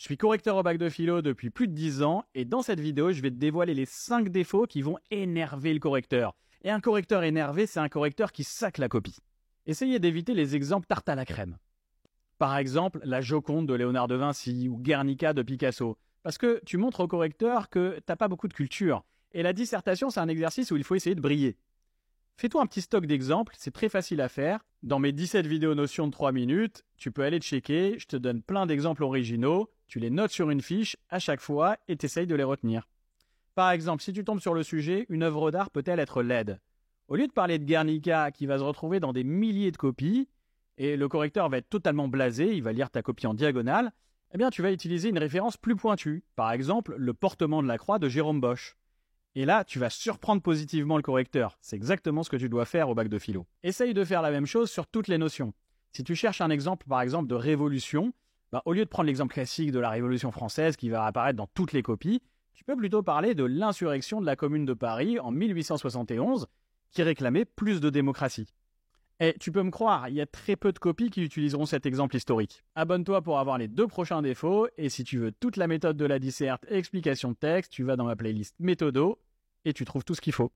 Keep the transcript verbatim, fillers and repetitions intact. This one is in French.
suis correcteur au bac de philo depuis plus de dix ans et dans cette vidéo, je vais te dévoiler les cinq défauts qui vont énerver le correcteur. Et un correcteur énervé, c'est un correcteur qui sac la copie. Essayez d'éviter les exemples tarte à la crème. Par exemple, la Joconde de Léonard de Vinci ou Guernica de Picasso. Parce que tu montres au correcteur que t'as pas beaucoup de culture. Et la dissertation, c'est un exercice où il faut essayer de briller. Fais-toi un petit stock d'exemples, c'est très facile à faire. Dans mes dix-sept vidéos notions de trois minutes, tu peux aller checker, je te donne plein d'exemples originaux, tu les notes sur une fiche à chaque fois et t'essayes de les retenir. Par exemple, si tu tombes sur le sujet, une œuvre d'art peut-elle être laide? Au lieu de parler de Guernica qui va se retrouver dans des milliers de copies, et le correcteur va être totalement blasé, il va lire ta copie en diagonale, eh bien tu vas utiliser une référence plus pointue. Par exemple, le portement de la croix de Jérôme Bosch. Et là, tu vas surprendre positivement le correcteur. C'est exactement ce que tu dois faire au bac de philo. Essaye de faire la même chose sur toutes les notions. Si tu cherches un exemple, par exemple, de révolution, bah, au lieu de prendre l'exemple classique de la Révolution française qui va apparaître dans toutes les copies, tu peux plutôt parler de l'insurrection de la Commune de Paris en mille huit cent soixante et onze qui réclamait plus de démocratie. Et tu peux me croire, il y a très peu de copies qui utiliseront cet exemple historique. Abonne-toi pour avoir les deux prochains défauts, et si tu veux toute la méthode de la disserte et explication de texte, tu vas dans ma playlist Méthodo, et tu trouves tout ce qu'il faut.